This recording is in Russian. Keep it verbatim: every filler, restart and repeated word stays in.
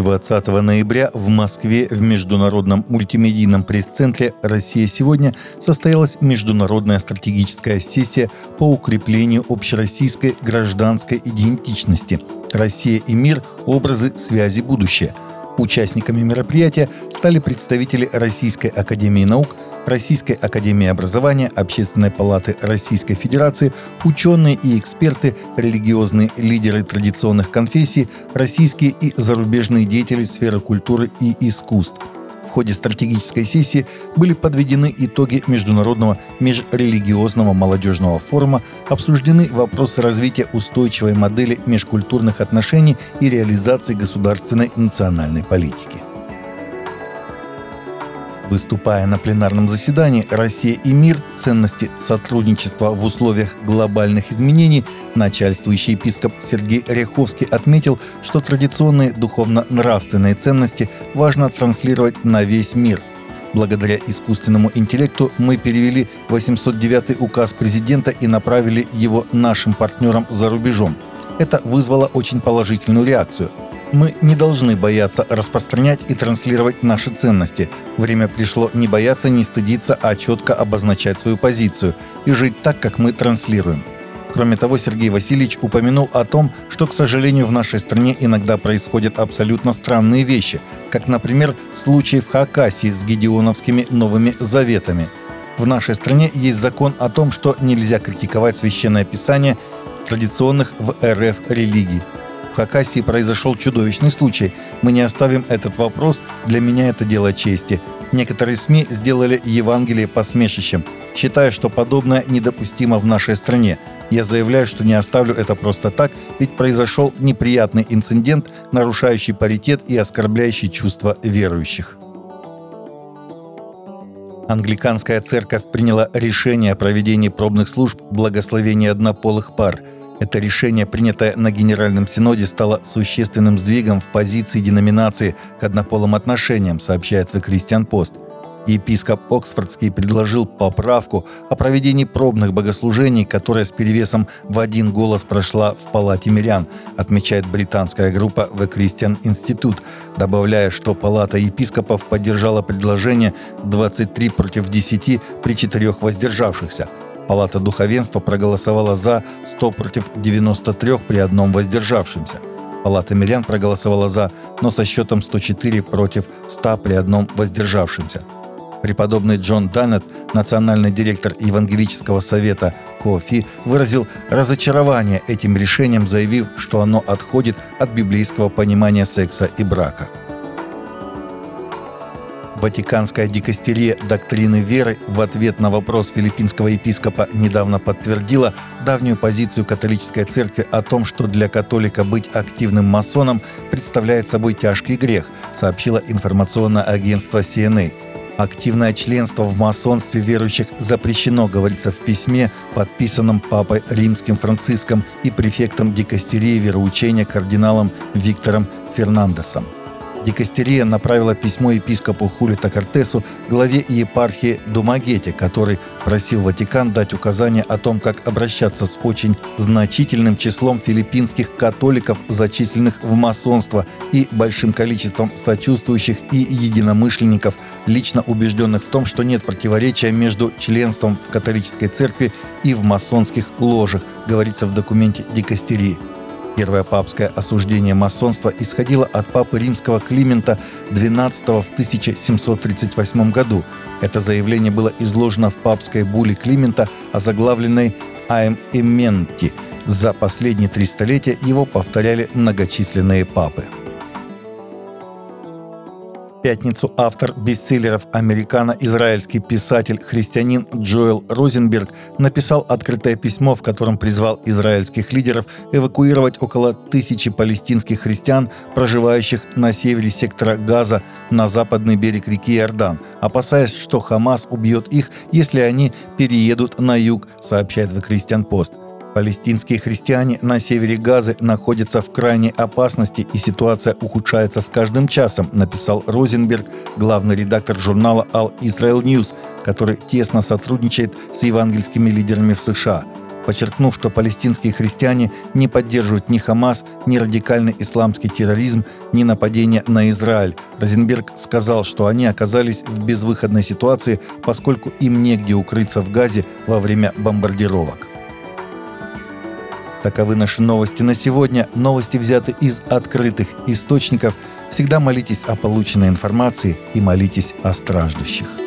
двадцатого ноября в Москве в Международном мультимедийном пресс-центре «Россия сегодня» состоялась международная стратегическая сессия по укреплению общероссийской гражданской идентичности «Россия и мир. Образы, связи, будущее». Участниками мероприятия стали представители Российской академии наук, Российской академии образования, Общественной палаты Российской Федерации, ученые и эксперты, религиозные лидеры традиционных конфессий, российские и зарубежные деятели сферы культуры и искусств. В ходе стратегической сессии были подведены итоги Международного межрелигиозного молодежного форума, обсуждены вопросы развития устойчивой модели межкультурных отношений и реализации государственной национальной политики. Выступая на пленарном заседании «Россия и мир. Ценности сотрудничества в условиях глобальных изменений», начальствующий епископ Сергей Ряховский отметил, что традиционные духовно-нравственные ценности важно транслировать на весь мир. Благодаря искусственному интеллекту мы перевели восемьсот девятый указ президента и направили его нашим партнерам за рубежом. Это вызвало очень положительную реакцию. Мы не должны бояться распространять и транслировать наши ценности. Время пришло не бояться, не стыдиться, а четко обозначать свою позицию и жить так, как мы транслируем. Кроме того, Сергей Васильевич упомянул о том, что, к сожалению, в нашей стране иногда происходят абсолютно странные вещи, как, например, случай в Хакасии с гедеоновскими новыми заветами. В нашей стране есть закон о том, что нельзя критиковать священное писание традиционных в эр эф религий. В Хакасии произошел чудовищный случай. Мы не оставим этот вопрос, для меня это дело чести. Некоторые СМИ сделали Евангелие посмешищем, считая, что подобное недопустимо в нашей стране. Я заявляю, что не оставлю это просто так, ведь произошел неприятный инцидент, нарушающий паритет и оскорбляющий чувства верующих. Англиканская церковь приняла решение о проведении пробных служб благословения однополых пар. Это решение, принятое на Генеральном Синоде, стало существенным сдвигом в позиции деноминации к однополым отношениям, сообщает The Christian Post. Епископ Оксфордский предложил поправку о проведении пробных богослужений, которая с перевесом в один голос прошла в Палате мирян, отмечает британская группа The Christian Institute, добавляя, что Палата епископов поддержала предложение двадцать три против десяти при четырех воздержавшихся. Палата духовенства проголосовала за сто против девяноста трёх при одном воздержавшемся. Палата мирян проголосовала за, но со счетом сто четыре против ста при одном воздержавшемся. Преподобный Джон Даннет, национальный директор Евангелического совета КОФИ, выразил разочарование этим решением, заявив, что оно отходит от библейского понимания секса и брака. Ватиканская дикастерия доктрины веры в ответ на вопрос филиппинского епископа недавно подтвердила давнюю позицию католической церкви о том, что для католика быть активным масоном представляет собой тяжкий грех, сообщило информационное агентство си эн эй. Активное членство в масонстве верующих запрещено, говорится в письме, подписанном папой Римским Франциском и префектом дикастерии вероучения кардиналом Виктором Фернандесом. Дикастерия направила письмо епископу Хулито Кортесу, главе епархии Думагете, который просил Ватикан дать указания о том, как обращаться с очень значительным числом филиппинских католиков, зачисленных в масонство, и большим количеством сочувствующих и единомышленников, лично убежденных в том, что нет противоречия между членством в католической церкви и в масонских ложах, говорится в документе дикастерии. Первое папское осуждение масонства исходило от папы римского Климента двенадцатого в тысяча семьсот тридцать восьмом году. Это заявление было изложено в папской булле Климента, озаглавленной «Аем Эмменти». За последние три столетия его повторяли многочисленные папы. В пятницу автор бестселлеров американо-израильский писатель-христианин Джоэл Розенберг написал открытое письмо, в котором призвал израильских лидеров эвакуировать около тысячи палестинских христиан, проживающих на севере сектора Газа, на западный берег реки Иордан, опасаясь, что Хамас убьет их, если они переедут на юг, сообщает The Christian Post. Палестинские христиане на севере Газы находятся в крайней опасности, и ситуация ухудшается с каждым часом, написал Розенберг, главный редактор журнала All Israel News, который тесно сотрудничает с евангельскими лидерами в США. подчеркнув, что палестинские христиане не поддерживают ни Хамас, ни радикальный исламский терроризм, ни нападение на Израиль. Розенберг сказал, что они оказались в безвыходной ситуации, поскольку им негде укрыться в Газе во время бомбардировок. Таковы наши новости на сегодня. Новости взяты из открытых источников. Всегда молитесь о полученной информации и молитесь о страждущих.